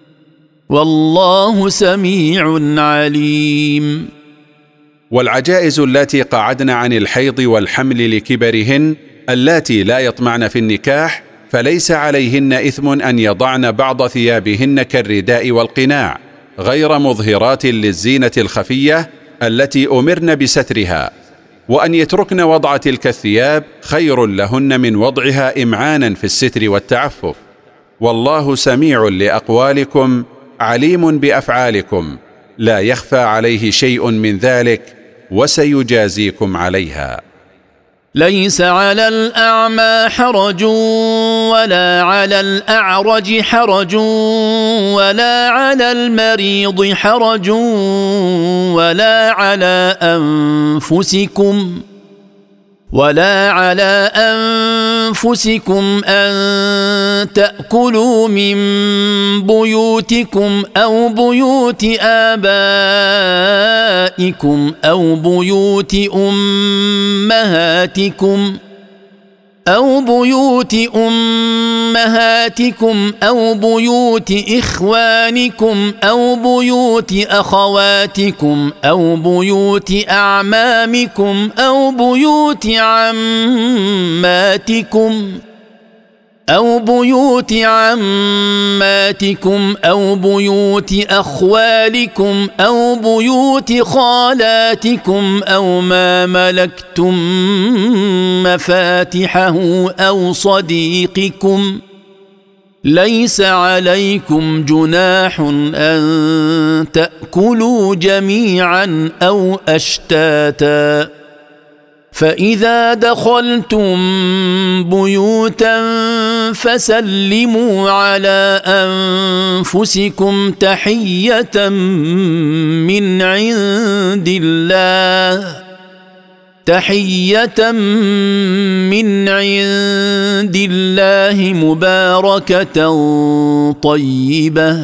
والله سميع عليم. والعجائز اللاتي قعدن عن الحيض والحمل لكبرهن اللاتي لا يطمعن في النكاح فليس عليهن إثم أن يضعن بعض ثيابهن كالرداء والقناع غير مظهرات للزينة الخفية التي أمرن بسترها، وأن يتركن وضع تلك الثياب خير لهن من وضعها إمعانا في الستر والتعفف، والله سميع لأقوالكم عليم بأفعالكم لا يخفى عليه شيء من ذلك وسيجازيكم عليها. ليس على الأعمى حرج ولا على الأعرج حرج ولا على المريض حرج ولا على أنفسكم أن تأكلوا من بيوتكم أو بيوت آبائكم أو بيوت أمهاتكم أو بيوت إخوانكم أو بيوت أخواتكم أو بيوت أعمامكم أو بيوت عماتكم أو بيوت أخوالكم أو بيوت خالاتكم أو ما ملكتم مفاتحه أو صديقكم. ليس عليكم جناح أن تأكلوا جميعا أو أشتاتا، فإذا دخلتم بيوتا فسلموا على أنفسكم تحية من عند الله مباركة طيبة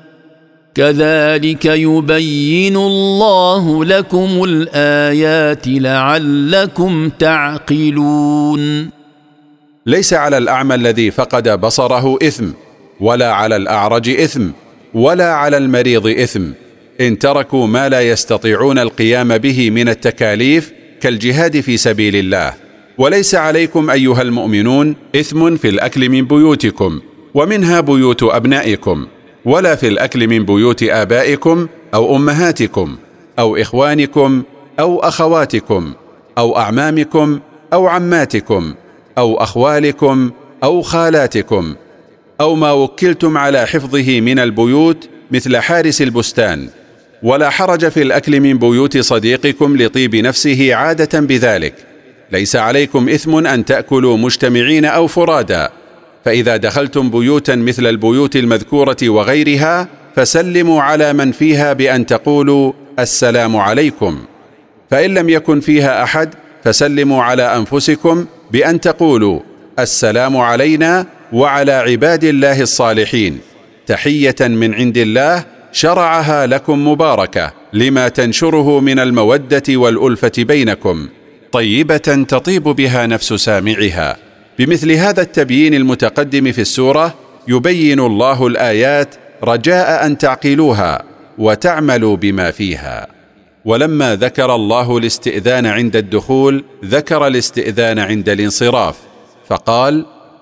كذلك يبين الله لكم الآيات لعلكم تعقلون. ليس على الأعمى الذي فقد بصره إثم، ولا على الأعرج إثم، ولا على المريض إثم إن تركوا ما لا يستطيعون القيام به من التكاليف كالجهاد في سبيل الله. وليس عليكم أيها المؤمنون إثم في الأكل من بيوتكم، ومنها بيوت أبنائكم، ولا في الأكل من بيوت آبائكم أو أمهاتكم أو إخوانكم أو أخواتكم أو أعمامكم أو عماتكم أو أخوالكم أو خالاتكم أو ما وكلتم على حفظه من البيوت مثل حارس البستان. ولا حرج في الأكل من بيوت صديقكم لطيب نفسه عادة بذلك. ليس عليكم إثم أن تأكلوا مجتمعين أو فرادا. فإذا دخلتم بيوتا مثل البيوت المذكورة وغيرها فسلموا على من فيها بأن تقولوا السلام عليكم. فإن لم يكن فيها أحد فسلموا على أنفسكم بأن تقولوا السلام علينا وعلى عباد الله الصالحين، تحية من عند الله شرعها لكم مباركة لما تنشره من المودة والألفة بينكم، طيبة تطيب بها نفس سامعها. بمثل هذا التبيين المتقدم في السورة يبين الله الآيات رجاء أن تعقلوها وتعملوا بما فيها. ولما ذكر الله الاستئذان عند الدخول ذكر الاستئذان عند الانصراف، فقال: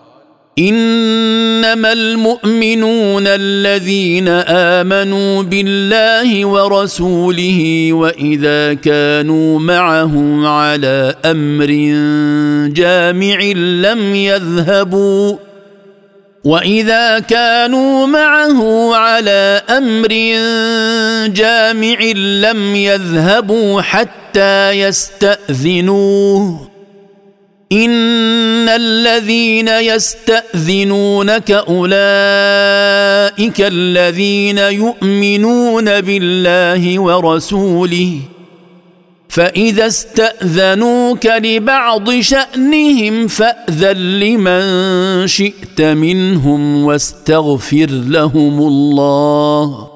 إنما المؤمنون الذين آمنوا بالله ورسوله وإذا كانوا معه على أمر جامع لم يذهبوا حتى يستأذنوه. إن الذين يستأذنونك أولئك الذين يؤمنون بالله ورسوله، فإذا استأذنوك لبعض شأنهم فأذن لمن شئت منهم واستغفر لهم الله،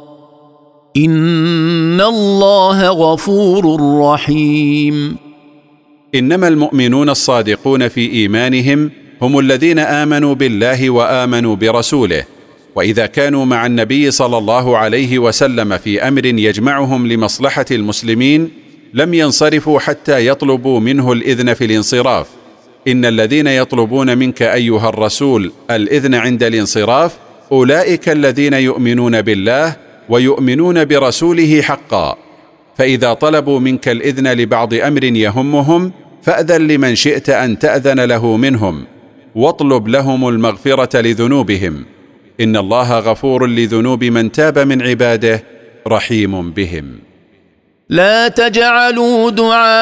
إن الله غفور رحيم. إنما المؤمنون الصادقون في إيمانهم هم الذين آمنوا بالله وآمنوا برسوله، وإذا كانوا مع النبي صلى الله عليه وسلم في أمر يجمعهم لمصلحة المسلمين لم ينصرفوا حتى يطلبوا منه الإذن في الانصراف. إن الذين يطلبون منك أيها الرسول الإذن عند الانصراف أولئك الذين يؤمنون بالله ويؤمنون برسوله حقا. فإذا طلبوا منك الإذن لبعض أمر يهمهم فأذن لمن شئت أن تأذن له منهم، واطلب لهم المغفرة لذنوبهم، إن الله غفور لذنوب من تاب من عباده رحيم بهم. لا تجعلوا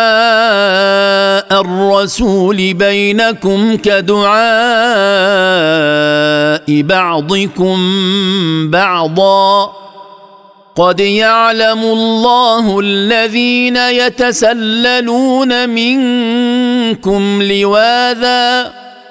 دعاء الرسول بينكم كدعاء بعضكم بعضا، قد يعلم الله الذين يتسللون منكم لواذا،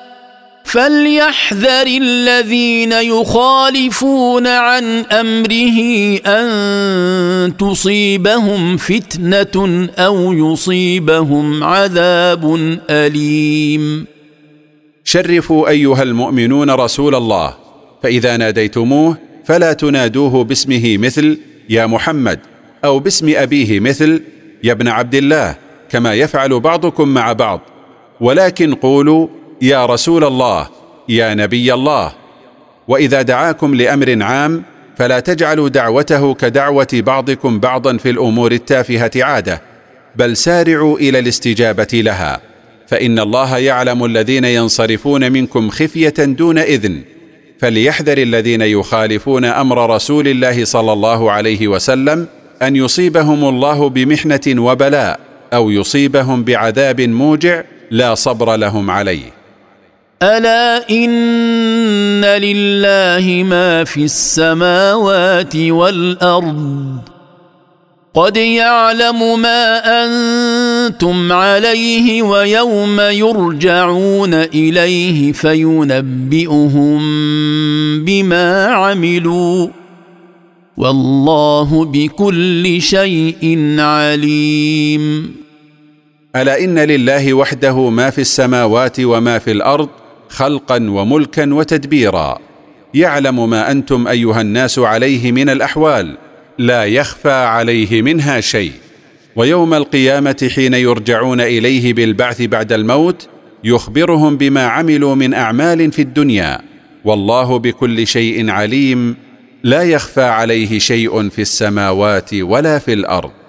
فليحذر الذين يخالفون عن أمره أن تصيبهم فتنة أو يصيبهم عذاب أليم. شرفوا أيها المؤمنون رسول الله، فإذا ناديتموه فلا تنادوه باسمه مثل يا محمد، أو باسم أبيه مثل يا ابن عبد الله كما يفعل بعضكم مع بعض، ولكن قولوا يا رسول الله، يا نبي الله. وإذا دعاكم لأمر عام فلا تجعلوا دعوته كدعوة بعضكم بعضا في الأمور التافهة عادة، بل سارعوا إلى الاستجابة لها، فإن الله يعلم الذين ينصرفون منكم خفية دون إذن. فليحذر الذين يخالفون أمر رسول الله صلى الله عليه وسلم أن يصيبهم الله بمحنة وبلاء، أو يصيبهم بعذاب موجع لا صبر لهم عليه. ألا إن لله ما في السماوات والأرض، قد يعلم ما أنتم عليه ويوم يرجعون إليه فينبئهم بما عملوا، والله بكل شيء عليم. ألا إن لله وحده ما في السماوات وما في الأرض خلقا وملكا وتدبيرا، يعلم ما أنتم أيها الناس عليه من الأحوال، لا يخفى عليه منها شيء. ويوم القيامة حين يرجعون إليه بالبعث بعد الموت يخبرهم بما عملوا من أعمال في الدنيا، والله بكل شيء عليم، لا يخفى عليه شيء في السماوات ولا في الأرض.